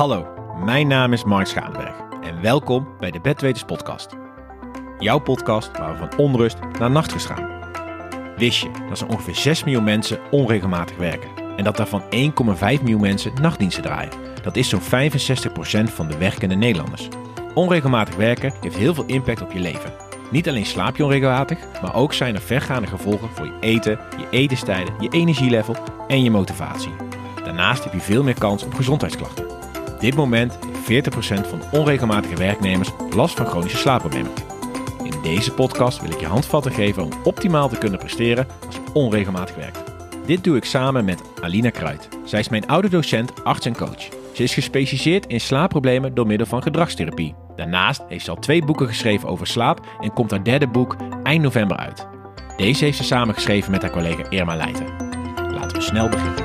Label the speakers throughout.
Speaker 1: Hallo, mijn naam is Mark Schaanberg en welkom bij de Bedweters podcast. Jouw podcast waar we van onrust naar nachtrust gaan. Wist je dat er ongeveer 6 miljoen mensen onregelmatig werken en dat daarvan 1,5 miljoen mensen nachtdiensten draaien? Dat is zo'n 65% van de werkende Nederlanders. Onregelmatig werken heeft heel veel impact op je leven. Niet alleen slaap je onregelmatig, maar ook zijn er vergaande gevolgen voor je eten, je etenstijden, je energielevel en je motivatie. Daarnaast heb je veel meer kans op gezondheidsklachten. Op dit moment heeft 40% van de onregelmatige werknemers last van chronische slaapproblemen. In deze podcast wil ik je handvatten geven om optimaal te kunnen presteren als je onregelmatig werkt. Dit doe ik samen met Alina Kruid. Zij is mijn oude docent, arts en coach. Ze is gespecialiseerd in slaapproblemen door middel van gedragstherapie. Daarnaast heeft ze al 2 boeken geschreven over slaap en komt haar 3e boek eind november uit. Deze heeft ze samen geschreven met haar collega Irma Leijten. Laten we snel beginnen.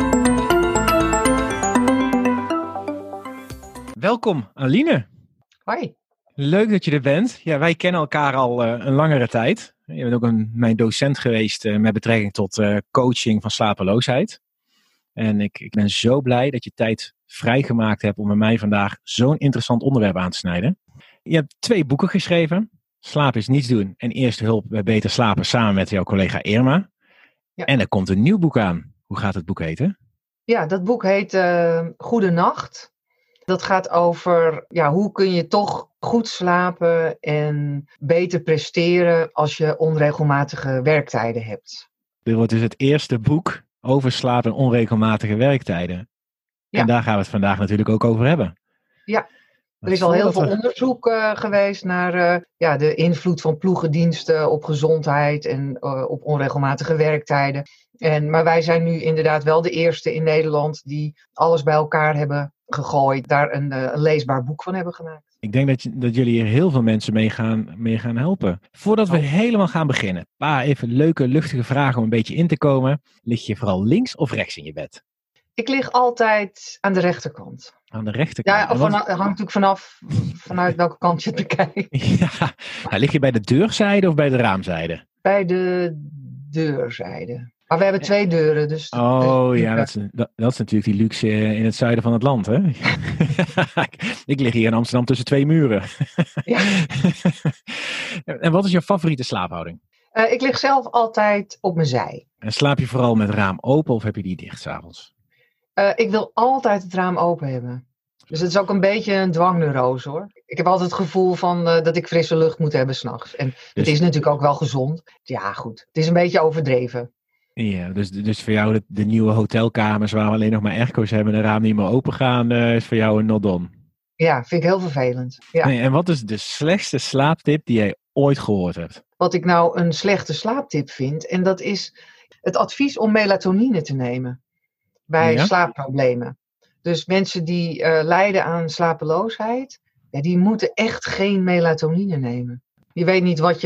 Speaker 1: Welkom, Aline.
Speaker 2: Hoi.
Speaker 1: Leuk dat je er bent. Ja, wij kennen elkaar al een langere tijd. Je bent ook mijn docent geweest met betrekking tot coaching van slapeloosheid. En ik ben zo blij dat je tijd vrijgemaakt hebt om met mij vandaag zo'n interessant onderwerp aan te snijden. Je hebt 2 boeken geschreven. Slaap is niets doen en Eerste hulp bij beter slapen samen met jouw collega Irma. Ja. En er komt een nieuw boek aan. Hoe gaat het boek heten?
Speaker 2: Ja, dat boek heet Goede Nacht. Dat gaat over hoe kun je toch goed slapen en beter presteren als je onregelmatige werktijden hebt.
Speaker 1: Dit wordt dus het eerste boek over slaap en onregelmatige werktijden. Ja. En daar gaan we het vandaag natuurlijk ook over hebben.
Speaker 2: Ja, er is al heel veel onderzoek geweest naar de invloed van ploegendiensten op gezondheid en op onregelmatige werktijden. Maar wij zijn nu inderdaad wel de eerste in Nederland die alles bij elkaar hebben gegooid, daar een leesbaar boek van hebben gemaakt.
Speaker 1: Ik denk dat jullie hier heel veel mensen mee gaan helpen. Voordat we helemaal gaan beginnen, een paar even leuke, luchtige vragen om een beetje in te komen. Lig je vooral links of rechts in je bed?
Speaker 2: Ik lig altijd aan de rechterkant.
Speaker 1: Aan de rechterkant?
Speaker 2: Ja, hangt natuurlijk vanuit welke kant je het bekijkt.
Speaker 1: Ja, lig je bij de deurzijde of bij de raamzijde?
Speaker 2: Bij de deurzijde. Maar we hebben 2 deuren. Dus
Speaker 1: dat is natuurlijk die luxe in het zuiden van het land, hè? Ik lig hier in Amsterdam tussen 2 muren. Ja. En wat is jouw favoriete slaaphouding?
Speaker 2: Ik lig zelf altijd op mijn zij.
Speaker 1: En slaap je vooral met het raam open of heb je die dicht 's avonds?
Speaker 2: Ik wil altijd het raam open hebben. Dus het is ook een beetje een dwangneurose, hoor. Ik heb altijd het gevoel van dat ik frisse lucht moet hebben 's nachts. En het is natuurlijk ook wel gezond. Ja, goed. Het is een beetje overdreven.
Speaker 1: Ja, dus voor jou de nieuwe hotelkamers waar we alleen nog maar airco's hebben en de raam niet meer open gaan, is voor jou een not done.
Speaker 2: Ja, vind ik heel vervelend. Ja.
Speaker 1: Nee, en wat is de slechtste slaaptip die jij ooit gehoord hebt?
Speaker 2: Wat ik nou een slechte slaaptip vind, en dat is het advies om melatonine te nemen bij slaapproblemen. Dus mensen die lijden aan slapeloosheid, die moeten echt geen melatonine nemen. Je weet niet wat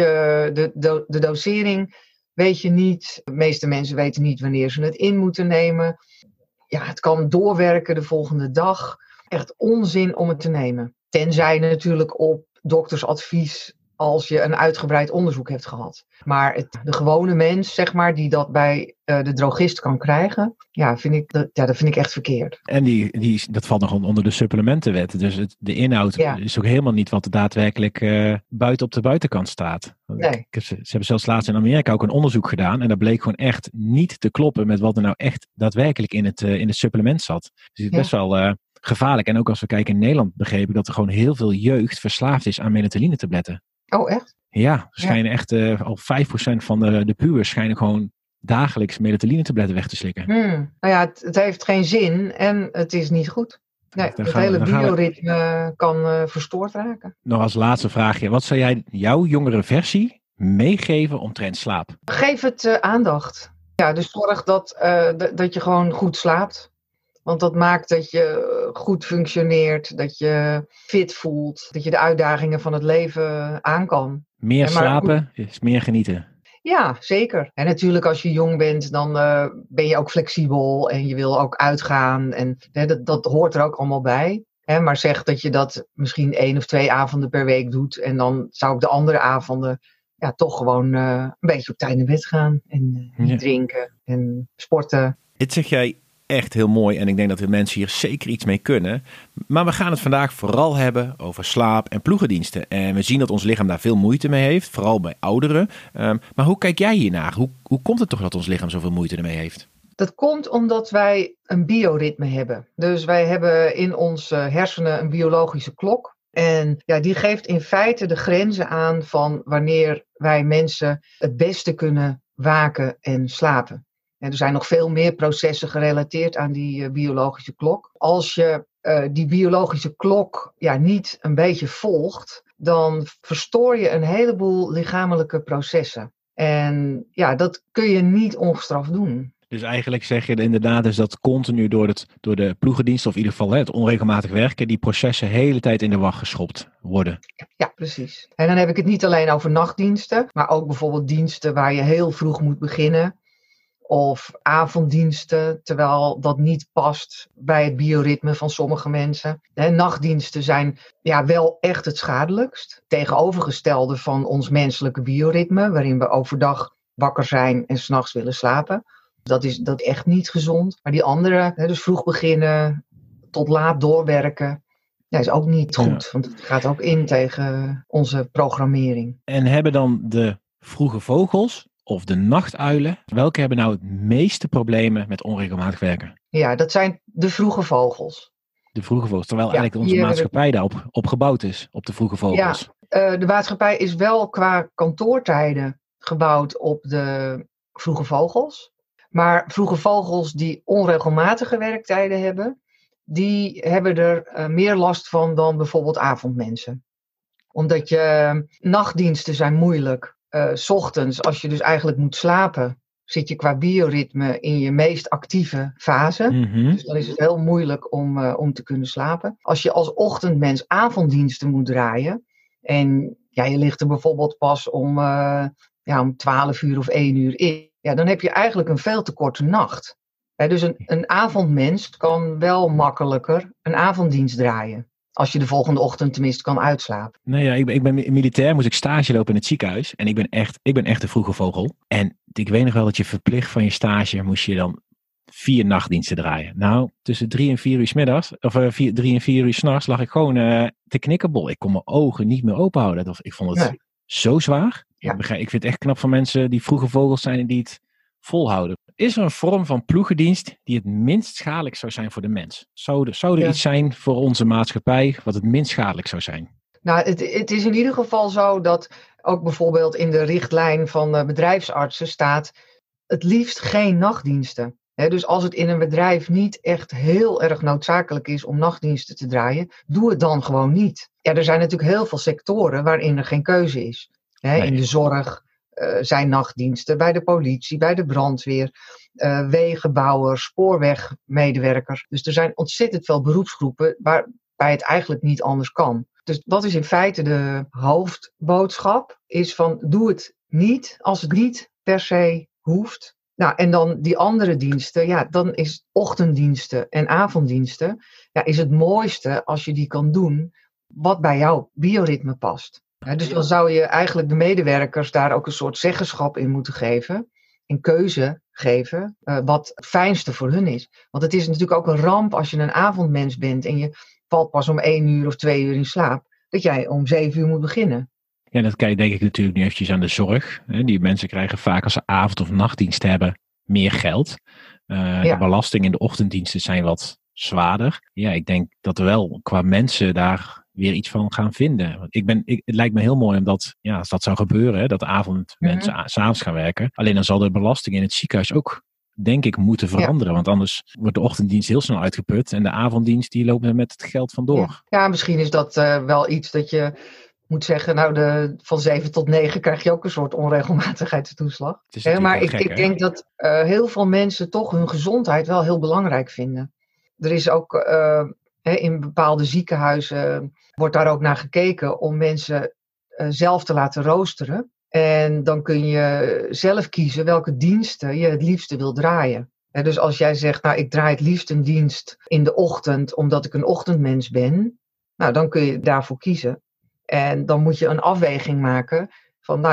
Speaker 2: de dosering weet je niet. De meeste mensen weten niet wanneer ze het in moeten nemen. Ja, het kan doorwerken de volgende dag. Echt onzin om het te nemen. Tenzij natuurlijk op doktersadvies als je een uitgebreid onderzoek hebt gehad. Maar de gewone mens, zeg maar, die dat bij de drogist kan krijgen, dat vind ik echt verkeerd.
Speaker 1: En dat valt nog onder de supplementenwet. Dus de inhoud is ook helemaal niet wat er daadwerkelijk buiten op de buitenkant staat.
Speaker 2: Nee.
Speaker 1: Ze hebben zelfs laatst in Amerika ook een onderzoek gedaan en dat bleek gewoon echt niet te kloppen met wat er nou echt daadwerkelijk in het supplement zat. Dus het is best wel gevaarlijk. En ook als we kijken in Nederland begreep ik dat er gewoon heel veel jeugd verslaafd is aan melatonine-tabletten.
Speaker 2: Oh, echt?
Speaker 1: Ja, schijnen echt al 5% van de pubers schijnen gewoon dagelijks melatonine-tabletten weg te slikken.
Speaker 2: Nou ja, het heeft geen zin en het is niet goed. Nee, het hele bioritme kan verstoord raken.
Speaker 1: Nog als laatste vraagje. Wat zou jij jouw jongere versie meegeven omtrent slaap?
Speaker 2: Geef het aandacht. Ja, dus zorg dat je gewoon goed slaapt. Want dat maakt dat je goed functioneert, dat je fit voelt, dat je de uitdagingen van het leven aan kan.
Speaker 1: Meer slapen is meer genieten.
Speaker 2: Ja, zeker. En natuurlijk als je jong bent, dan ben je ook flexibel en je wil ook uitgaan. En dat hoort er ook allemaal bij. Maar zeg dat je dat misschien 1 of 2 avonden per week doet. En dan zou ik de andere avonden toch gewoon een beetje op tijd naar bed gaan. En niet drinken en sporten.
Speaker 1: Dit zeg jij echt heel mooi en ik denk dat de mensen hier zeker iets mee kunnen. Maar we gaan het vandaag vooral hebben over slaap en ploegendiensten. En we zien dat ons lichaam daar veel moeite mee heeft, vooral bij ouderen. Maar hoe kijk jij hiernaar? Hoe komt het toch dat ons lichaam zoveel moeite ermee heeft?
Speaker 2: Dat komt omdat wij een bioritme hebben. Dus wij hebben in onze hersenen een biologische klok. En ja, die geeft in feite de grenzen aan van wanneer wij mensen het beste kunnen waken en slapen. En er zijn nog veel meer processen gerelateerd aan die biologische klok. Als je die biologische klok niet een beetje volgt, dan verstoor je een heleboel lichamelijke processen. En ja, dat kun je niet ongestraft doen.
Speaker 1: Dus eigenlijk zeg je inderdaad dus dat continu door de ploegendienst, of in ieder geval het onregelmatig werken, die processen de hele tijd in de wacht geschopt worden.
Speaker 2: Ja, precies. En dan heb ik het niet alleen over nachtdiensten, maar ook bijvoorbeeld diensten waar je heel vroeg moet beginnen. Of avonddiensten, terwijl dat niet past bij het bioritme van sommige mensen. En nachtdiensten zijn wel echt het schadelijkst. Tegenovergestelde van ons menselijke bioritme, waarin we overdag wakker zijn en 's nachts willen slapen. Dat is echt niet gezond. Maar die andere, dus vroeg beginnen, tot laat doorwerken, is ook niet goed. Want het gaat ook in tegen onze programmering.
Speaker 1: En hebben dan de vroege vogels of de nachtuilen, welke hebben nou het meeste problemen met onregelmatig werken?
Speaker 2: Ja, dat zijn de vroege vogels.
Speaker 1: De vroege vogels, terwijl eigenlijk onze maatschappij daarop gebouwd is, op de vroege vogels.
Speaker 2: Ja, de maatschappij is wel qua kantoortijden gebouwd op de vroege vogels. Maar vroege vogels die onregelmatige werktijden hebben, die hebben er meer last van dan bijvoorbeeld avondmensen. Omdat nachtdiensten zijn moeilijk. 's Ochtends, als je dus eigenlijk moet slapen, zit je qua bioritme in je meest actieve fase.
Speaker 1: Mm-hmm.
Speaker 2: Dus dan is het heel moeilijk om te kunnen slapen. Als je als ochtendmens avonddiensten moet draaien en je ligt er bijvoorbeeld pas om 12 uur of 1 uur in. Ja, dan heb je eigenlijk een veel te korte nacht. Dus een avondmens kan wel makkelijker een avonddienst draaien. Als je de volgende ochtend tenminste kan uitslapen.
Speaker 1: Nee, ja, ik ben militair, moest ik stage lopen in het ziekenhuis. En ik ben echt een vroege vogel. En ik weet nog wel dat je verplicht van je stage moest je dan 4 nachtdiensten draaien. Nou, tussen 3 en 4 uur 's middags, of 3 en 4 uur 's nachts lag ik gewoon te knikkenbol. Ik kon mijn ogen niet meer open houden. Ik vond het zo zwaar. Ja. Ik vind het echt knap van mensen die vroege vogels zijn en die het volhouden. Is er een vorm van ploegendienst die het minst schadelijk zou zijn voor de mens? Zou er iets zijn voor onze maatschappij wat het minst schadelijk zou zijn?
Speaker 2: Nou, het is in ieder geval zo dat ook bijvoorbeeld in de richtlijn van bedrijfsartsen staat het liefst geen nachtdiensten. Dus als het in een bedrijf niet echt heel erg noodzakelijk is om nachtdiensten te draaien, doe het dan gewoon niet. Ja, er zijn natuurlijk heel veel sectoren waarin er geen keuze is. Nee. In de zorg zijn nachtdiensten, bij de politie, bij de brandweer, wegenbouwers, spoorwegmedewerkers. Dus er zijn ontzettend veel beroepsgroepen waarbij het eigenlijk niet anders kan. Dus dat is in feite de hoofdboodschap, is van doe het niet als het niet per se hoeft. Nou, en dan die andere diensten, dan is ochtenddiensten en avonddiensten, is het mooiste als je die kan doen wat bij jouw bioritme past. Dus dan zou je eigenlijk de medewerkers daar ook een soort zeggenschap in moeten geven. En keuze geven wat het fijnste voor hun is. Want het is natuurlijk ook een ramp als je een avondmens bent en je valt pas om 1 uur of 2 uur in slaap. Dat jij om 7 uur moet beginnen.
Speaker 1: Ja, dat denk ik natuurlijk nu eventjes aan de zorg. Die mensen krijgen vaak als ze avond- of nachtdienst hebben meer geld. De belastingen in de ochtenddiensten zijn wat zwaarder. Ja, ik denk dat we wel qua mensen daar weer iets van gaan vinden. Het lijkt me heel mooi omdat, als dat zou gebeuren, dat de avondmensen 's avonds gaan werken. Alleen dan zal de belasting in het ziekenhuis ook, denk ik, moeten veranderen. Want anders wordt de ochtenddienst heel snel uitgeput en de avonddienst die loopt met het geld vandoor.
Speaker 2: Ja, misschien is dat wel iets dat je moet zeggen, van 7 tot 9 krijg je ook een soort onregelmatigheidstoeslag. Maar ik denk dat heel veel mensen toch hun gezondheid wel heel belangrijk vinden. Er is ook in bepaalde ziekenhuizen wordt daar ook naar gekeken om mensen zelf te laten roosteren. En dan kun je zelf kiezen welke diensten je het liefste wil draaien. Dus als jij zegt, ik draai het liefst een dienst in de ochtend omdat ik een ochtendmens ben. Nou, dan kun je daarvoor kiezen. En dan moet je een afweging maken van,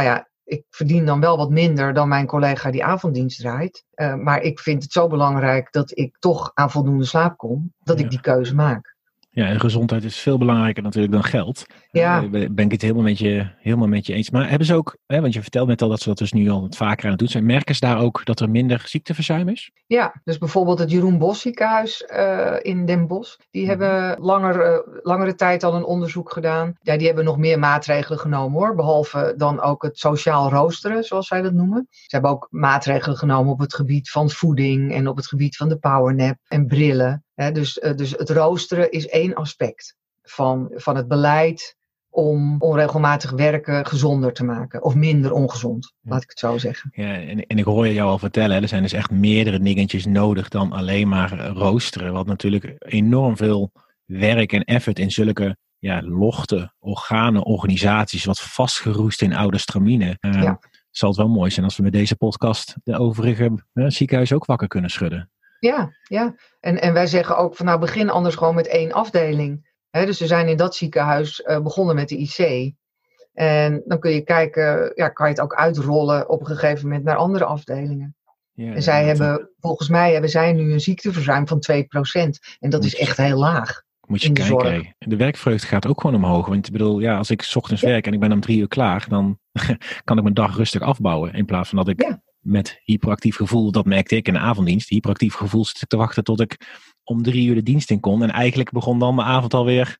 Speaker 2: Ik verdien dan wel wat minder dan mijn collega die avonddienst draait. Maar ik vind het zo belangrijk dat ik toch aan voldoende slaap kom, dat ik die keuze maak.
Speaker 1: Ja, en gezondheid is veel belangrijker natuurlijk dan geld.
Speaker 2: Ja.
Speaker 1: Ben ik het helemaal met je eens. Maar hebben ze ook, want je vertelt net al dat ze dat dus nu al wat vaker aan het doen zijn. Merken ze daar ook dat er minder ziekteverzuim is?
Speaker 2: Ja, dus bijvoorbeeld het Jeroen Bosch ziekenhuis in Den Bosch. Die hebben langere tijd al een onderzoek gedaan. Ja, die hebben nog meer maatregelen genomen hoor. Behalve dan ook het sociaal roosteren, zoals zij dat noemen. Ze hebben ook maatregelen genomen op het gebied van voeding en op het gebied van de powernap en brillen. Dus het roosteren is één aspect van het beleid om onregelmatig werken gezonder te maken. Of minder ongezond, laat ik het zo zeggen.
Speaker 1: Ja, en ik hoor je jou al vertellen, er zijn dus echt meerdere dingetjes nodig dan alleen maar roosteren. Wat natuurlijk enorm veel werk en effort in zulke lochte, organen, organisaties, wat vastgeroest in oude stramine. Zal het wel mooi zijn als we met deze podcast de overige ziekenhuizen ook wakker kunnen schudden.
Speaker 2: Ja. En wij zeggen ook van nou begin anders gewoon met 1 afdeling. Dus we zijn in dat ziekenhuis begonnen met de IC. En dan kun je kijken, kan je het ook uitrollen op een gegeven moment naar andere afdelingen. Ja, en volgens mij hebben zij nu een ziekteverzuim van 2%. En dat is echt heel laag.
Speaker 1: Moet je kijken. De werkvreugde gaat ook gewoon omhoog. Want ik bedoel, als ik 's ochtends werk en ik ben om 3 uur klaar, dan kan ik mijn dag rustig afbouwen. In plaats van dat ik met hyperactief gevoel, dat merkte ik in de avonddienst, hyperactief gevoel zit te wachten tot ik om 3 uur de dienst in kon. En eigenlijk begon dan mijn avond alweer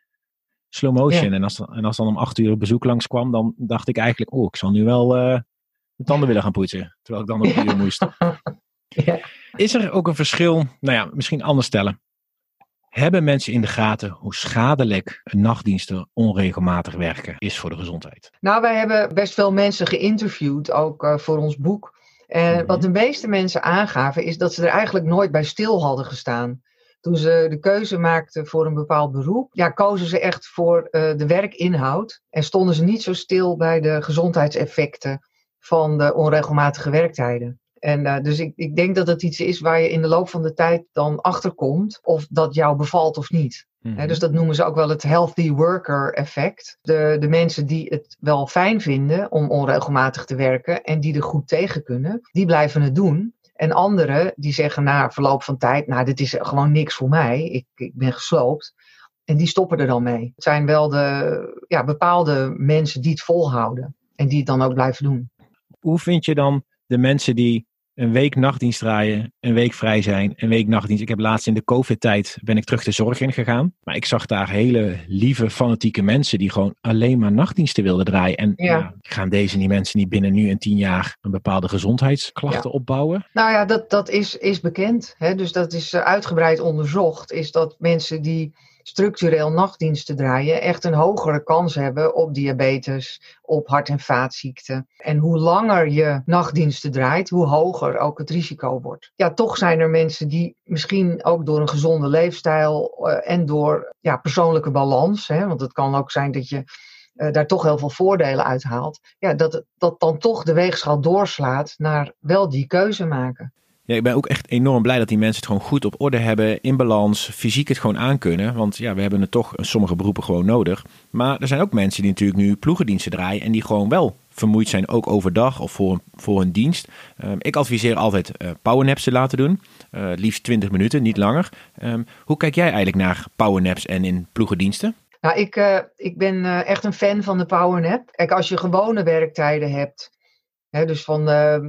Speaker 1: slow motion. Ja. En als dan om 8 uur bezoek langskwam, dan dacht ik eigenlijk, ik zal nu wel mijn tanden willen gaan poetsen. Terwijl ik dan op 3 uur moest. Ja. Is er ook een verschil, misschien anders stellen. Hebben mensen in de gaten hoe schadelijk nachtdiensten onregelmatig werken is voor de gezondheid? Nou,
Speaker 2: wij hebben best veel mensen geïnterviewd, ook voor ons boek. En wat de meeste mensen aangaven is dat ze er eigenlijk nooit bij stil hadden gestaan. Toen ze de keuze maakten voor een bepaald beroep, kozen ze echt voor de werkinhoud. En stonden ze niet zo stil bij de gezondheidseffecten van de onregelmatige werktijden. En dus ik denk dat het iets is waar je in de loop van de tijd dan achterkomt of dat jou bevalt of niet. Mm-hmm. Dus dat noemen ze ook wel het healthy worker effect. De mensen die het wel fijn vinden om onregelmatig te werken en die er goed tegen kunnen, die blijven het doen. En anderen die zeggen na verloop van tijd, dit is gewoon niks voor mij, ik ben gesloopt. En die stoppen er dan mee. Het zijn wel de bepaalde mensen die het volhouden en die het dan ook blijven doen.
Speaker 1: Hoe vind je dan de mensen die een week nachtdienst draaien, een week vrij zijn, een week nachtdienst? Ik heb laatst in de COVID-tijd ben ik terug de zorg ingegaan. Maar ik zag daar hele lieve, fanatieke mensen die gewoon alleen maar nachtdiensten wilden draaien. En gaan die mensen niet binnen nu en 10 jaar een bepaalde gezondheidsklachten opbouwen? Nou ja,
Speaker 2: dat is bekend. Dus dat is uitgebreid onderzocht. Is dat mensen die structureel nachtdiensten draaien echt een hogere kans hebben op diabetes, op hart- en vaatziekten. En hoe langer je nachtdiensten draait, hoe hoger ook het risico wordt. Ja, toch zijn er mensen die misschien ook door een gezonde leefstijl en door persoonlijke balans, want het kan ook zijn dat je daar toch heel veel voordelen uit haalt, dat dan toch de weegschaal doorslaat naar wel die keuze maken.
Speaker 1: Ja, ik ben ook echt enorm blij dat die mensen het gewoon goed op orde hebben, in balans, fysiek het gewoon aankunnen. Want we hebben het toch in sommige beroepen gewoon nodig. Maar er zijn ook mensen die natuurlijk nu ploegendiensten draaien en die gewoon wel vermoeid zijn, ook overdag of voor hun dienst. Ik adviseer altijd powernaps te laten doen. Liefst 20 minuten, niet langer. Hoe kijk jij eigenlijk naar powernaps en in ploegendiensten?
Speaker 2: Nou, ik ben echt een fan van de powernap. Kijk, als je gewone werktijden hebt, dus van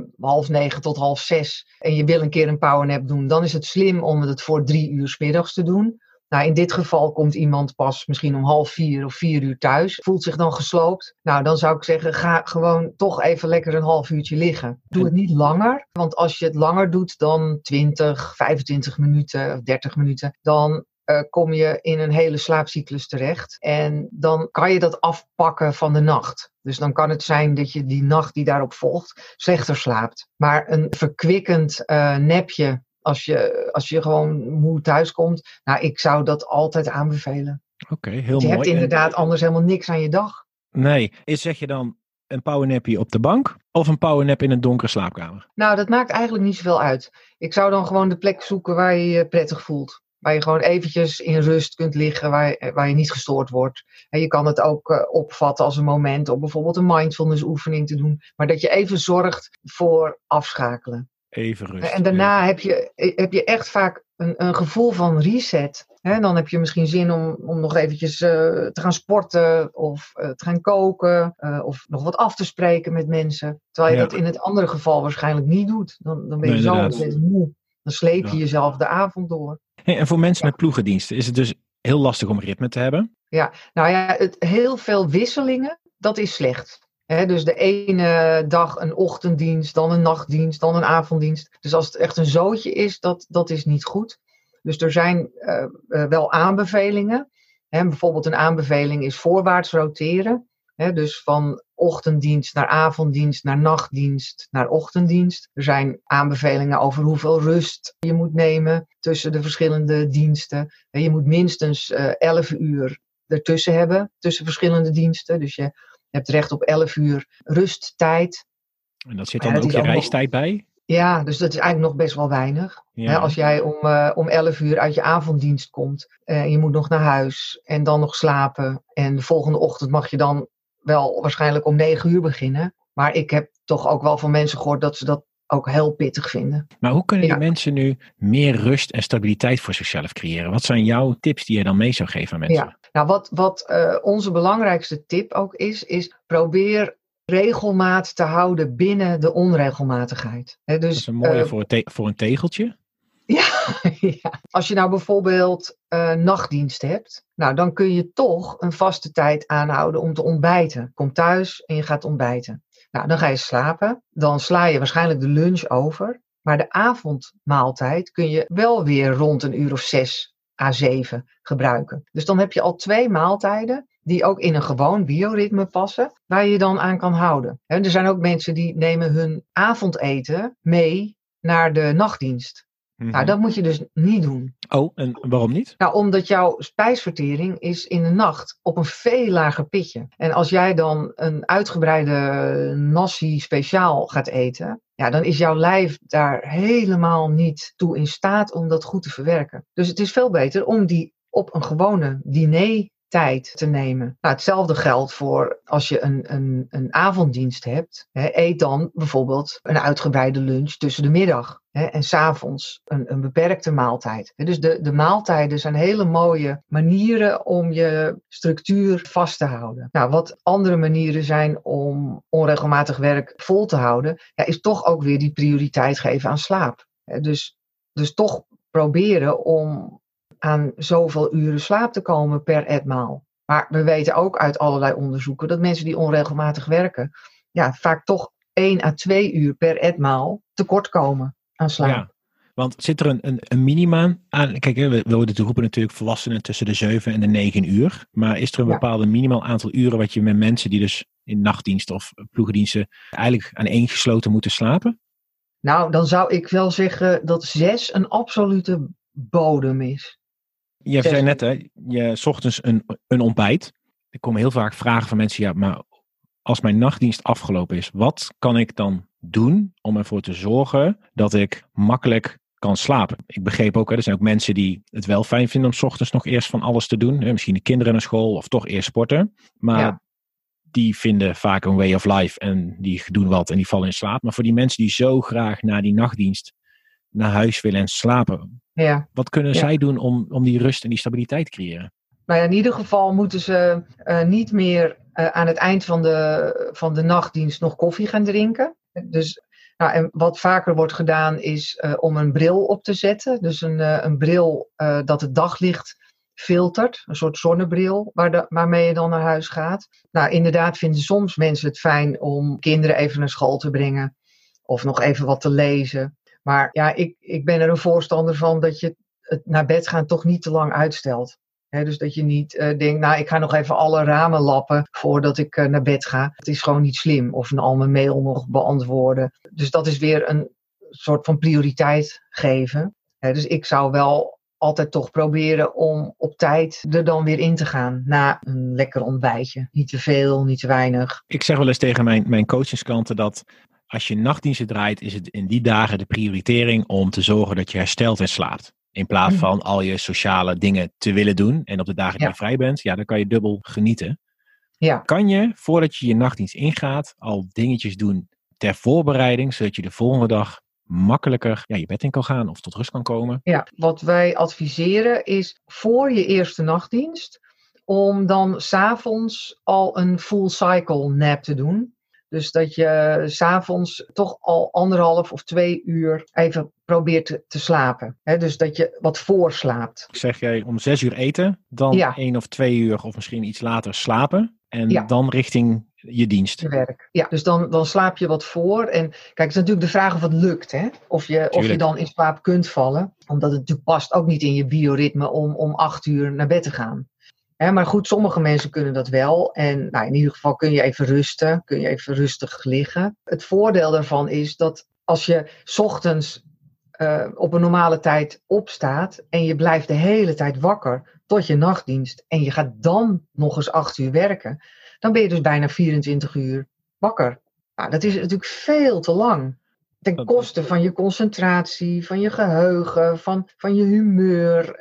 Speaker 2: 8:30 tot 5:30 en je wil een keer een powernap doen, dan is het slim om het voor 3 uur 's middags te doen. Nou, in dit geval komt iemand pas misschien om 3:30 of 4 uur thuis, voelt zich dan gesloopt. Nou, dan zou ik zeggen, ga gewoon toch even lekker een half uurtje liggen. Doe het niet langer, want als je het langer doet dan 20, 25 minuten of 30 minuten, dan kom je in een hele slaapcyclus terecht. En dan kan je dat afpakken van de nacht. Dus dan kan het zijn dat je die nacht die daarop volgt slechter slaapt. Maar een verkwikkend nepje als je gewoon moe thuis komt. Nou, ik zou dat altijd aanbevelen.
Speaker 1: Oké, heel mooi.
Speaker 2: Je hebt inderdaad anders helemaal niks aan je dag.
Speaker 1: Nee, zeg je dan een powernapje op de bank of een powernap in een donkere slaapkamer?
Speaker 2: Nou, dat maakt eigenlijk niet zoveel uit. Ik zou dan gewoon de plek zoeken waar je je prettig voelt. waar je gewoon eventjes in rust kunt liggen, waar je niet gestoord wordt. En je kan het ook opvatten als een moment om bijvoorbeeld een mindfulness oefening te doen. Maar dat je even zorgt voor afschakelen.
Speaker 1: Even rust.
Speaker 2: En daarna heb je echt vaak een gevoel van reset. Dan heb je misschien zin om nog eventjes te gaan sporten of te gaan koken of nog wat af te spreken met mensen. Terwijl je dat in het andere geval waarschijnlijk niet doet. Dan ben je zo ontzettend moe. Dan sleep je jezelf de avond door.
Speaker 1: Hey, en voor mensen met ploegendiensten is het dus heel lastig om ritme te hebben?
Speaker 2: Ja, nou ja, heel veel wisselingen, dat is slecht. Dus de ene dag een ochtenddienst, dan een nachtdienst, dan een avonddienst. Dus als het echt een zootje is, dat is niet goed. Dus er zijn wel aanbevelingen. Bijvoorbeeld een aanbeveling is voorwaarts roteren. Dus van ochtenddienst naar avonddienst, naar nachtdienst, naar ochtenddienst. Er zijn aanbevelingen over hoeveel rust je moet nemen tussen de verschillende diensten. Je moet minstens 11 uur ertussen hebben, tussen verschillende diensten. Dus je hebt recht op 11 uur rusttijd.
Speaker 1: En dat zit dan ook je reistijd bij?
Speaker 2: Ja, dus dat is eigenlijk nog best wel weinig. Ja. Als jij om 11 uur uit je avonddienst komt, je moet nog naar huis en dan nog slapen. En de volgende ochtend mag je dan wel waarschijnlijk om 9 uur beginnen. Maar ik heb toch ook wel van mensen gehoord dat ze dat ook heel pittig vinden.
Speaker 1: Maar hoe kunnen die mensen nu meer rust en stabiliteit voor zichzelf creëren? Wat zijn jouw tips die je dan mee zou geven aan mensen?
Speaker 2: Ja. Nou, wat onze belangrijkste tip ook is probeer regelmaat te houden binnen de onregelmatigheid. Dus,
Speaker 1: dat is een mooie voor een tegeltje.
Speaker 2: Ja, ja. Als je nou bijvoorbeeld nachtdienst hebt, nou, dan kun je toch een vaste tijd aanhouden om te ontbijten. Kom thuis en je gaat ontbijten. Nou, dan ga je slapen. Dan sla je waarschijnlijk de lunch over. Maar de avondmaaltijd kun je wel weer rond een uur of 6 à 7 gebruiken. Dus dan heb je al 2 maaltijden die ook in een gewoon bioritme passen, waar je je dan aan kan houden. Er zijn ook mensen die nemen hun avondeten mee naar de nachtdienst. Mm-hmm. Nou, dat moet je dus niet doen.
Speaker 1: Oh, en waarom niet?
Speaker 2: Nou, omdat jouw spijsvertering is in de nacht op een veel lager pitje. En als jij dan een uitgebreide nasi speciaal gaat eten, ja, dan is jouw lijf daar helemaal niet toe in staat om dat goed te verwerken. Dus het is veel beter om die op een gewone dinertijd te nemen. Nou, hetzelfde geldt voor als je een avonddienst hebt. Eet dan bijvoorbeeld een uitgebreide lunch tussen de middag. En 's avonds een beperkte maaltijd. Dus de maaltijden zijn hele mooie manieren om je structuur vast te houden. Nou, wat andere manieren zijn om onregelmatig werk vol te houden, ja, is toch ook weer die prioriteit geven aan slaap. Dus toch proberen om aan zoveel uren slaap te komen per etmaal. Maar we weten ook uit allerlei onderzoeken dat mensen die onregelmatig werken, ja, vaak toch 1 à 2 uur per etmaal tekort komen aan slaap.
Speaker 1: Ja, want zit er een minima aan? Kijk, we worden te roepen natuurlijk volwassenen tussen de 7 en de 9 uur. Maar is er een bepaald minimaal aantal uren wat je met mensen die dus in nachtdiensten of ploegendiensten eigenlijk aan één gesloten moeten slapen?
Speaker 2: Nou, dan zou ik wel zeggen dat 6 een absolute bodem is.
Speaker 1: Je zei net, hè, je 's ochtends een ontbijt. Er komen heel vaak vragen van mensen, ja, maar als mijn nachtdienst afgelopen is, wat kan ik dan doen om ervoor te zorgen dat ik makkelijk kan slapen? Ik begreep ook, er zijn ook mensen die het wel fijn vinden om 's ochtends nog eerst van alles te doen. Misschien de kinderen naar school of toch eerst sporten. Maar die vinden vaak een way of life en die doen wat en die vallen in slaap. Maar voor die mensen die zo graag na die nachtdienst naar huis willen en slapen, wat kunnen zij doen om die rust en die stabiliteit te creëren?
Speaker 2: Nou ja, in ieder geval moeten ze niet meer aan het eind van de nachtdienst nog koffie gaan drinken. Dus, nou, en wat vaker wordt gedaan is om een bril op te zetten. Dus een bril dat het daglicht filtert. Een soort zonnebril waarmee je dan naar huis gaat. Nou, inderdaad vinden soms mensen het fijn om kinderen even naar school te brengen. Of nog even wat te lezen. Maar ja, ik ben er een voorstander van dat je het naar bed gaan toch niet te lang uitstelt. Dus dat je niet denkt, nou, ik ga nog even alle ramen lappen voordat ik naar bed ga. Het is gewoon niet slim. Of al mijn mail nog beantwoorden. Dus dat is weer een soort van prioriteit geven. Dus ik zou wel altijd toch proberen om op tijd er dan weer in te gaan. Na een lekker ontbijtje. Niet te veel, niet te weinig.
Speaker 1: Ik zeg wel eens tegen mijn coachingsklanten dat als je nachtdiensten draait, is het in die dagen de prioritering om te zorgen dat je herstelt en slaapt. In plaats van al je sociale dingen te willen doen en op de dagen die je vrij bent, dan kan je dubbel genieten. Ja. Kan je, voordat je je nachtdienst ingaat, al dingetjes doen ter voorbereiding, zodat je de volgende dag makkelijker je bed in kan gaan of tot rust kan komen?
Speaker 2: Ja, wat wij adviseren is voor je eerste nachtdienst om dan 's avonds al een full cycle nap te doen. Dus dat je 's avonds toch al 1,5 of 2 uur even probeert te slapen. Dus dat je wat voorslaapt.
Speaker 1: Zeg jij om 6 uur eten, dan 1 of 2 uur of misschien iets later slapen en dan richting je dienst.
Speaker 2: Je werk. Ja, dus dan slaap je wat voor. En kijk, het is natuurlijk de vraag of het lukt. Hè? Of je dan in slaap kunt vallen. Omdat het natuurlijk past ook niet in je bioritme om 8 uur naar bed te gaan. Maar goed, sommige mensen kunnen dat wel. En in ieder geval kun je even rusten. Kun je even rustig liggen. Het voordeel daarvan is dat als je 's ochtends op een normale tijd opstaat. En je blijft de hele tijd wakker tot je nachtdienst. En je gaat dan nog eens 8 uur werken. Dan ben je dus bijna 24 uur wakker. Nou, dat is natuurlijk veel te lang. Ten koste van je concentratie, van je geheugen, van je humeur.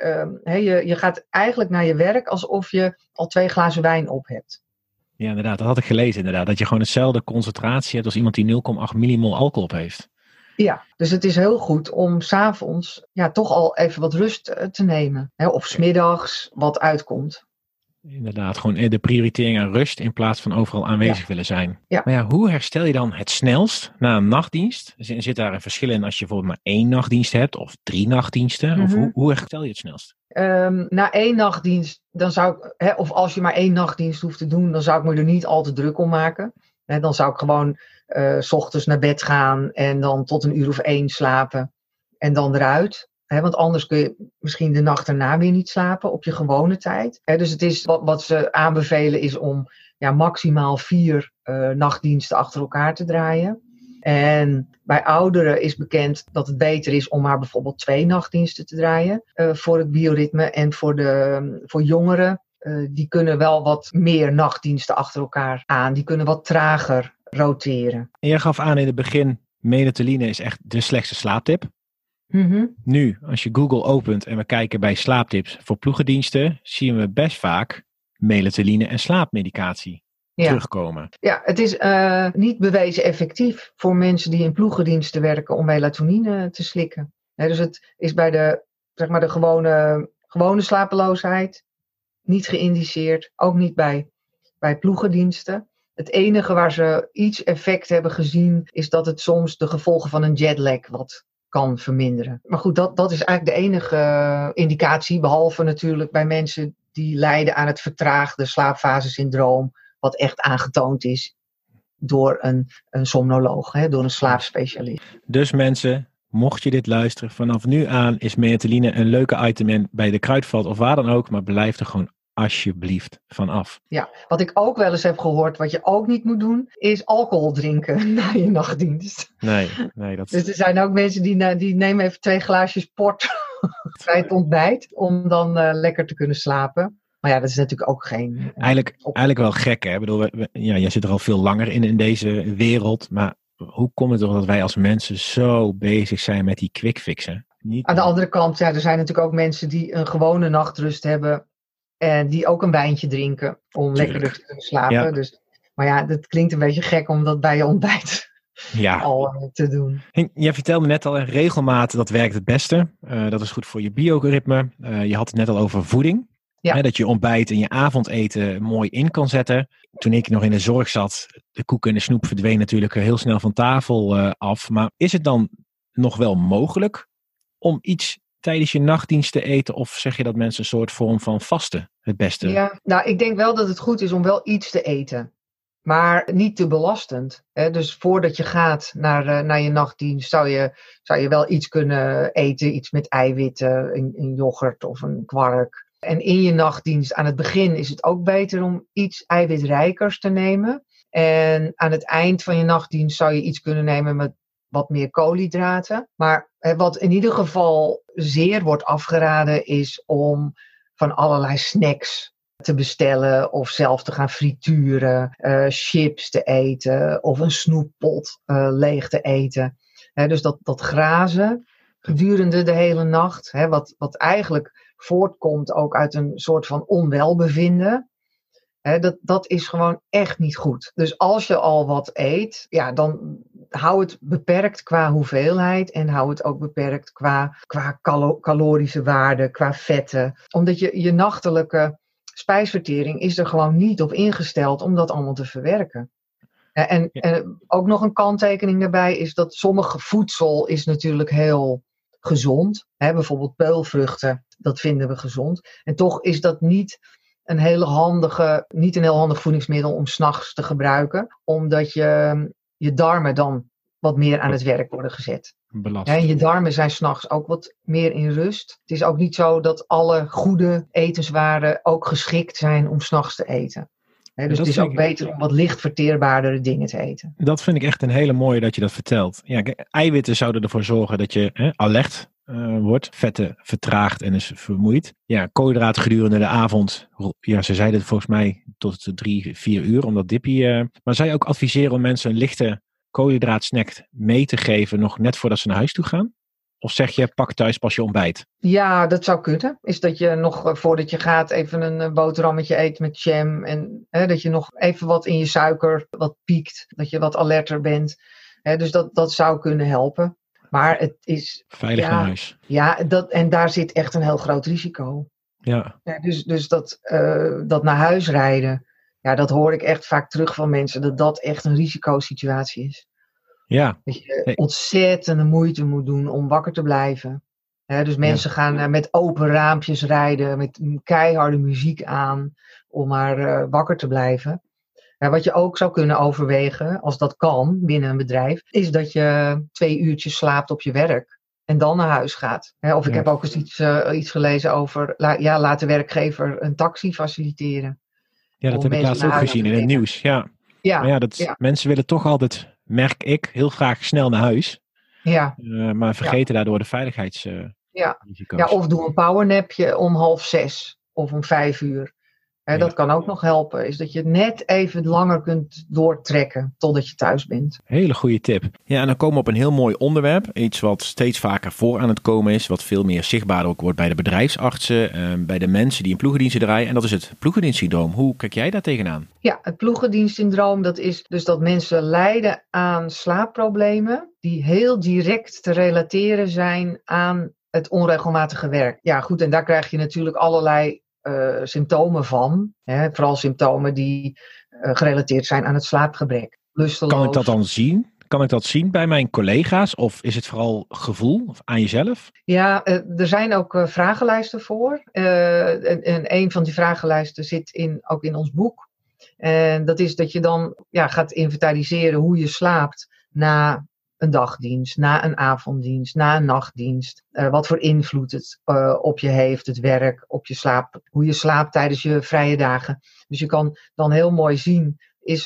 Speaker 2: Je gaat eigenlijk naar je werk alsof je al 2 glazen wijn op hebt.
Speaker 1: Ja, inderdaad. Dat had ik gelezen, inderdaad. Dat je gewoon hetzelfde concentratie hebt als iemand die 0,8 millimol alcohol op heeft.
Speaker 2: Ja, dus het is heel goed om 's avonds toch al even wat rust te nemen. Of 's middags wat uitkomt.
Speaker 1: Inderdaad, gewoon de prioritering aan rust in plaats van overal aanwezig willen zijn.
Speaker 2: Ja.
Speaker 1: Maar hoe herstel je dan het snelst na een nachtdienst? Zit daar een verschil in als je bijvoorbeeld maar 1 nachtdienst hebt of 3 nachtdiensten?
Speaker 2: Mm-hmm.
Speaker 1: Of hoe herstel je het snelst?
Speaker 2: Na 1 nachtdienst, dan zou ik, of als je maar 1 nachtdienst hoeft te doen, dan zou ik me er niet al te druk om maken. Dan zou ik gewoon 's ochtends naar bed gaan en dan tot 1 uur of 1 slapen en dan eruit. Want anders kun je misschien de nacht erna weer niet slapen op je gewone tijd. Dus het is wat ze aanbevelen is om maximaal 4 nachtdiensten achter elkaar te draaien. En bij ouderen is bekend dat het beter is om maar bijvoorbeeld 2 nachtdiensten te draaien voor het bioritme. En voor jongeren, die kunnen wel wat meer nachtdiensten achter elkaar aan. Die kunnen wat trager roteren.
Speaker 1: En jij gaf aan in het begin, melatonine is echt de slechtste slaaptip.
Speaker 2: Mm-hmm.
Speaker 1: Nu, als je Google opent en we kijken bij slaaptips voor ploegendiensten, zien we best vaak melatonine en slaapmedicatie terugkomen. Ja,
Speaker 2: het is niet bewezen effectief voor mensen die in ploegendiensten werken om melatonine te slikken. Dus het is bij de gewone slapeloosheid niet geïndiceerd, ook niet bij ploegendiensten. Het enige waar ze iets effect hebben gezien is dat het soms de gevolgen van een jetlag wat kan verminderen. Maar goed, dat is eigenlijk de enige indicatie, behalve natuurlijk bij mensen die lijden aan het vertraagde slaapfasesyndroom, wat echt aangetoond is door een somnoloog, door een slaapspecialist.
Speaker 1: Dus mensen, mocht je dit luisteren, vanaf nu aan is melatonine een leuke item bij de Kruidvat of waar dan ook, maar blijf er gewoon alsjeblieft vanaf.
Speaker 2: Ja, wat ik ook wel eens heb gehoord, wat je ook niet moet doen, is alcohol drinken na je nachtdienst.
Speaker 1: Nee.
Speaker 2: Dus er zijn ook mensen die nemen even 2 glaasjes port bij het ontbijt, om dan lekker te kunnen slapen. Maar ja, dat is natuurlijk ook geen...
Speaker 1: Eigenlijk wel gek, hè? Ik bedoel, jij zit er al veel langer in deze wereld, maar hoe komt het toch dat wij als mensen zo bezig zijn met die quick fixen?
Speaker 2: Aan de andere kant, er zijn natuurlijk ook mensen die een gewone nachtrust hebben en die ook een wijntje drinken om lekker te kunnen slapen.
Speaker 1: Ja.
Speaker 2: Dus, maar ja, dat klinkt een beetje gek om dat bij je ontbijt al te doen.
Speaker 1: Jij vertelde net al, regelmaat, dat werkt het beste. Dat is goed voor je bioritme. Je had het net al over voeding. Ja. Dat je ontbijt en je avondeten mooi in kan zetten. Toen ik nog in de zorg zat, de koek en de snoep verdween natuurlijk heel snel van tafel af. Maar is het dan nog wel mogelijk om iets tijdens je nachtdienst te eten? Of zeg je dat mensen een soort vorm van vasten het beste?
Speaker 2: Ja, nou ik denk wel dat het goed is om wel iets te eten. Maar niet te belastend. Dus voordat je gaat naar je nachtdienst zou je wel iets kunnen eten. Iets met eiwitten, een yoghurt of een kwark. En in je nachtdienst aan het begin is het ook beter om iets eiwitrijkers te nemen. En aan het eind van je nachtdienst zou je iets kunnen nemen met wat meer koolhydraten. Maar wat in ieder geval zeer wordt afgeraden is om van allerlei snacks te bestellen of zelf te gaan frituren, chips te eten of een snoeppot leeg te eten. Dus dat grazen, gedurende de hele nacht. Hè, wat eigenlijk voortkomt ook uit een soort van onwelbevinden. Hè, dat is gewoon echt niet goed. Dus als je al wat eet, ja, dan hou het beperkt qua hoeveelheid. En hou het ook beperkt qua calorische waarde, qua vetten. Omdat je nachtelijke spijsvertering is er gewoon niet op ingesteld om dat allemaal te verwerken. En ook nog een kanttekening daarbij is dat sommige voedsel is natuurlijk heel gezond. Bijvoorbeeld peulvruchten, dat vinden we gezond. En toch is dat niet een heel handig voedingsmiddel om 's nachts te gebruiken. Omdat je darmen dan wat meer aan het werk worden gezet. En je darmen zijn 's nachts ook wat meer in rust. Het is ook niet zo dat alle goede etenswaren ook geschikt zijn om 's nachts te eten. Dus het is ook beter om wat licht verteerbaardere dingen te eten.
Speaker 1: Dat vind ik echt een hele mooie dat je dat vertelt. Ja, eiwitten zouden ervoor zorgen dat je alert wordt. Vetten vertraagt en is vermoeid. Ja, koolhydraten gedurende de avond. Ja, ze zeiden het volgens mij tot 3-4 uur om dat dippie. Maar zou je ook adviseren om mensen een lichte koolhydraatsnack mee te geven nog net voordat ze naar huis toe gaan? Of zeg je, pak thuis pas je ontbijt?
Speaker 2: Ja, dat zou kunnen. Is dat je nog voordat je gaat even een boterhammetje eet met jam. En dat je nog even wat in je suiker wat piekt. Dat je wat alerter bent. Dus dat zou kunnen helpen. Maar het is...
Speaker 1: Veilig naar huis.
Speaker 2: Ja, en daar zit echt een heel groot risico.
Speaker 1: Ja.
Speaker 2: Dus dat naar huis rijden. Ja, dat hoor ik echt vaak terug van mensen. Dat echt een risicosituatie is.
Speaker 1: Ja.
Speaker 2: Dat je ontzettende moeite moet doen om wakker te blijven. Dus mensen gaan met open raampjes rijden, met keiharde muziek aan, om maar wakker te blijven. Wat je ook zou kunnen overwegen, als dat kan binnen een bedrijf, is dat je 2 uurtjes slaapt op je werk en dan naar huis gaat. Of ik heb ook eens iets gelezen over, laat de werkgever een taxi faciliteren.
Speaker 1: Ja, dat heb ik laatst ook gezien in het nieuws. Ja. Maar mensen willen toch altijd, merk ik, heel graag snel naar huis.
Speaker 2: Ja.
Speaker 1: Maar vergeten daardoor de veiligheidsrisico's.
Speaker 2: Ja, of doe een powernapje om 5:30 of om 5 uur. Dat kan ook nog helpen. Is dat je het net even langer kunt doortrekken totdat je thuis bent.
Speaker 1: Hele goede tip. Ja, en dan komen we op een heel mooi onderwerp. Iets wat steeds vaker voor aan het komen is. Wat veel meer zichtbaar ook wordt bij de bedrijfsartsen. Bij de mensen die in ploegendiensten draaien. En dat is het ploegendienstsyndroom. Hoe kijk jij daar tegenaan?
Speaker 2: Ja, het ploegendienstsyndroom, dat is dus dat mensen lijden aan slaapproblemen. Die heel direct te relateren zijn aan het onregelmatige werk. Ja, goed, en daar krijg je natuurlijk allerlei symptomen van. Vooral symptomen die gerelateerd zijn aan het slaapgebrek. Lusteloos.
Speaker 1: Kan ik dat dan zien? Kan ik dat zien bij mijn collega's? Of is het vooral gevoel of aan jezelf?
Speaker 2: Ja, er zijn ook vragenlijsten voor. En een van die vragenlijsten zit ook in ons boek. En dat is dat je dan gaat inventariseren hoe je slaapt na een dagdienst, na een avonddienst, na een nachtdienst. Wat voor invloed het op je heeft, het werk, op je slaap. Hoe je slaapt tijdens je vrije dagen. Dus je kan dan heel mooi zien, is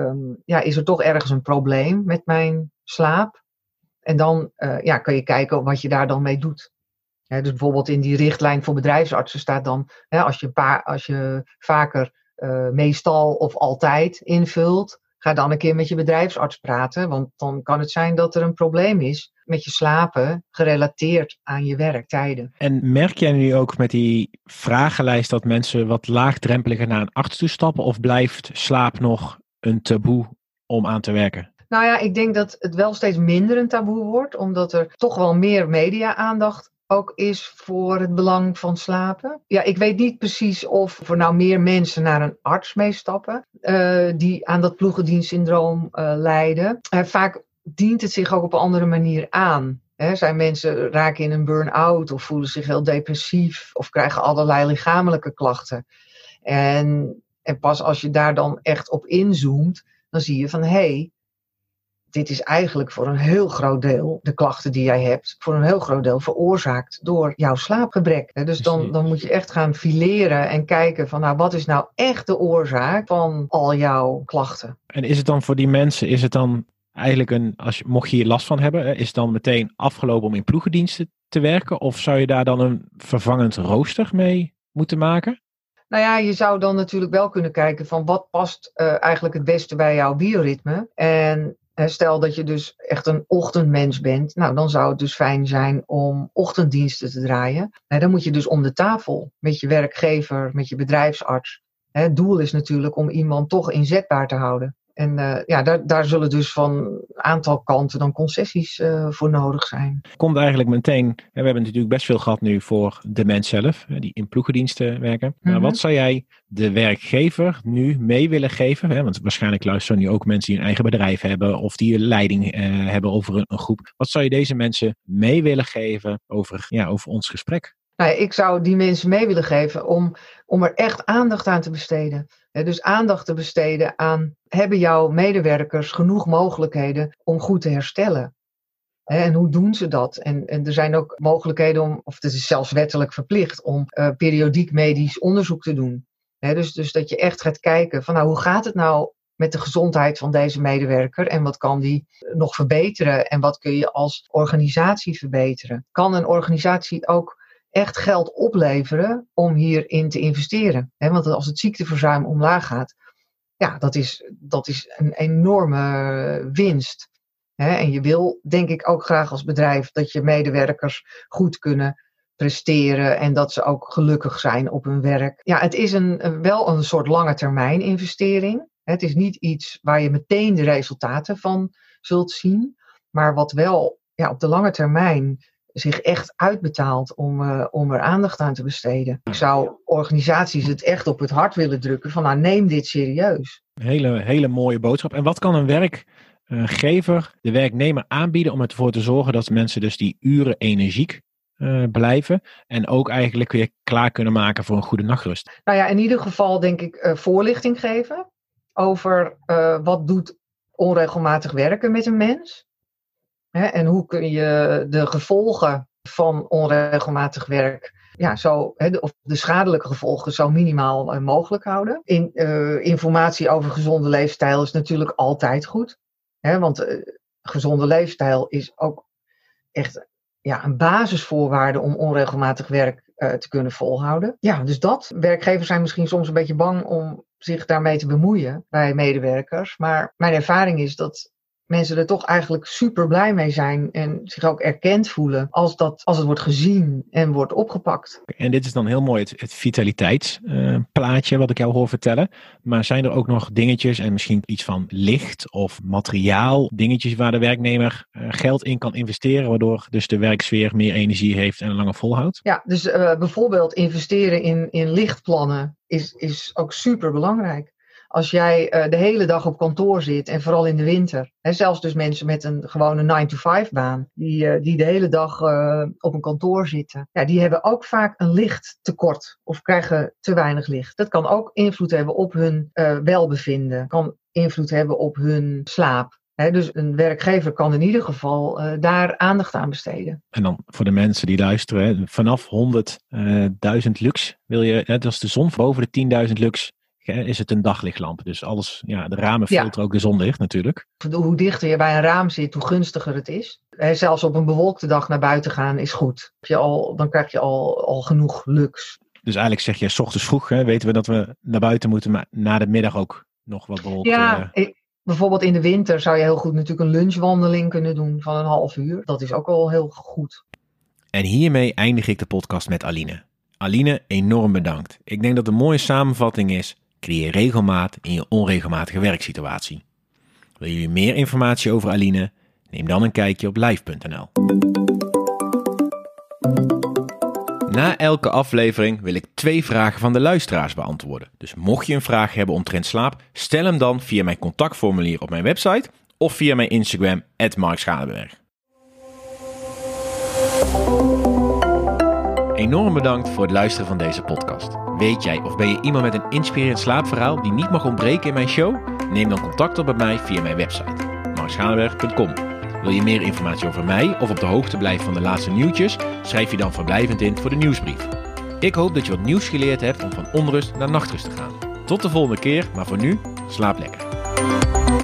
Speaker 2: er toch ergens een probleem met mijn slaap? En dan kan je kijken wat je daar dan mee doet. Dus bijvoorbeeld in die richtlijn voor bedrijfsartsen staat dan, als je vaker meestal of altijd invult, ga dan een keer met je bedrijfsarts praten, want dan kan het zijn dat er een probleem is met je slapen gerelateerd aan je werktijden.
Speaker 1: En merk jij nu ook met die vragenlijst dat mensen wat laagdrempeliger naar een arts toe stappen, of blijft slaap nog een taboe om aan te werken?
Speaker 2: Nou ja, ik denk dat het wel steeds minder een taboe wordt, omdat er toch wel meer media-aandacht ook is voor het belang van slapen. Ja, ik weet niet precies of er nou meer mensen naar een arts meestappen die aan dat ploegendienstsyndroom lijden. Vaak dient het zich ook op een andere manier aan. Zijn mensen raken in een burn-out of voelen zich heel depressief of krijgen allerlei lichamelijke klachten. En pas als je daar dan echt op inzoomt, dan zie je van dit is eigenlijk voor een heel groot deel, de klachten die jij hebt, voor een heel groot deel veroorzaakt door jouw slaapgebrek. Dus dan moet je echt gaan fileren en kijken van wat is nou echt de oorzaak van al jouw klachten.
Speaker 1: En is het dan voor die mensen, is het dan eigenlijk mocht je hier last van hebben, is het dan meteen afgelopen om in ploegendiensten te werken? Of zou je daar dan een vervangend rooster mee moeten maken?
Speaker 2: Nou ja, je zou dan natuurlijk wel kunnen kijken van wat past eigenlijk het beste bij jouw bioritme. En Stel dat je dus echt een ochtendmens bent. Nou, dan zou het dus fijn zijn om ochtenddiensten te draaien. Dan moet je dus om de tafel met je werkgever, met je bedrijfsarts. Het doel is natuurlijk om iemand toch inzetbaar te houden. En daar zullen dus van een aantal kanten dan concessies voor nodig zijn.
Speaker 1: Komt eigenlijk meteen, we hebben natuurlijk best veel gehad nu voor de mens zelf, die in ploegendiensten werken. Maar wat zou jij de werkgever nu mee willen geven? Want waarschijnlijk luisteren nu ook mensen die een eigen bedrijf hebben of die een leiding hebben over een groep. Wat zou je deze mensen mee willen geven over ons gesprek?
Speaker 2: Nou ja, ik zou die mensen mee willen geven om er echt aandacht aan te besteden. Dus aandacht te besteden aan, hebben jouw medewerkers genoeg mogelijkheden om goed te herstellen? En hoe doen ze dat? En er zijn ook mogelijkheden of het is zelfs wettelijk verplicht, om periodiek medisch onderzoek te doen. Dus dat je echt gaat kijken van, hoe gaat het nou met de gezondheid van deze medewerker en wat kan die nog verbeteren en wat kun je als organisatie verbeteren? Kan een organisatie ook echt geld opleveren om hierin te investeren? Want als het ziekteverzuim omlaag gaat, dat is een enorme winst. En je wil, denk ik, ook graag als bedrijf dat je medewerkers goed kunnen presteren en dat ze ook gelukkig zijn op hun werk. Ja, het is wel een soort lange termijn investering. Het is niet iets waar je meteen de resultaten van zult zien, maar wat wel op de lange termijn zich echt uitbetaalt om er aandacht aan te besteden. Ik zou organisaties het echt op het hart willen drukken van, neem dit serieus.
Speaker 1: Hele mooie boodschap. En wat kan een werkgever de werknemer aanbieden om ervoor te zorgen dat mensen dus die uren energiek blijven en ook eigenlijk weer klaar kunnen maken voor een goede nachtrust?
Speaker 2: Nou ja, in ieder geval denk ik voorlichting geven over wat doet onregelmatig werken met een mens. En hoe kun je de gevolgen van onregelmatig werk, of de schadelijke gevolgen zo minimaal mogelijk houden. Informatie over gezonde leefstijl is natuurlijk altijd goed. Want gezonde leefstijl is ook echt een basisvoorwaarde om onregelmatig werk te kunnen volhouden. Ja, dus dat. Werkgevers zijn misschien soms een beetje bang om zich daarmee te bemoeien bij medewerkers. Maar mijn ervaring is dat mensen er toch eigenlijk super blij mee zijn en zich ook erkend voelen als het wordt gezien en wordt opgepakt.
Speaker 1: En dit is dan heel mooi het vitaliteitsplaatje wat ik jou hoor vertellen. Maar zijn er ook nog dingetjes en misschien iets van licht of materiaal dingetjes waar de werknemer geld in kan investeren, waardoor dus de werksfeer meer energie heeft en langer volhoudt? Ja,
Speaker 2: dus bijvoorbeeld investeren in lichtplannen is ook super belangrijk. Als jij de hele dag op kantoor zit en vooral in de winter. Zelfs dus mensen met een gewone 9-to-5 baan. Die de hele dag op een kantoor zitten. Ja, die hebben ook vaak een lichttekort. Of krijgen te weinig licht. Dat kan ook invloed hebben op hun welbevinden. Kan invloed hebben op hun slaap. Dus een werkgever kan in ieder geval daar aandacht aan besteden.
Speaker 1: En dan voor de mensen die luisteren. Vanaf 100.000 lux wil je, net als de zon boven de 10.000 lux, is het een daglichtlamp. Dus alles, de ramen filteren ook de zonlicht natuurlijk.
Speaker 2: Hoe dichter je bij een raam zit, hoe gunstiger het is. Zelfs op een bewolkte dag naar buiten gaan is goed. Dan krijg je al genoeg lux.
Speaker 1: Dus eigenlijk zeg je, 's ochtends vroeg weten we dat we naar buiten moeten, maar na de middag ook nog wat bewolkt.
Speaker 2: Ja, bijvoorbeeld in de winter zou je heel goed natuurlijk een lunchwandeling kunnen doen van een half uur. Dat is ook wel heel goed.
Speaker 1: En hiermee eindig ik de podcast met Aline. Aline, enorm bedankt. Ik denk dat de mooie samenvatting is: creëer regelmaat in je onregelmatige werksituatie. Wil je meer informatie over Aline? Neem dan een kijkje op live.nl. Na elke aflevering wil ik 2 vragen van de luisteraars beantwoorden. Dus mocht je een vraag hebben omtrent slaap, stel hem dan via mijn contactformulier op mijn website of via mijn Instagram @markschalenberg. Enorm bedankt voor het luisteren van deze podcast. Weet jij of ben je iemand met een inspirerend slaapverhaal die niet mag ontbreken in mijn show? Neem dan contact op met mij via mijn website, markschalenberg.com. Wil je meer informatie over mij of op de hoogte blijven van de laatste nieuwtjes? Schrijf je dan vrijblijvend in voor de nieuwsbrief. Ik hoop dat je wat nieuws geleerd hebt om van onrust naar nachtrust te gaan. Tot de volgende keer, maar voor nu, slaap lekker.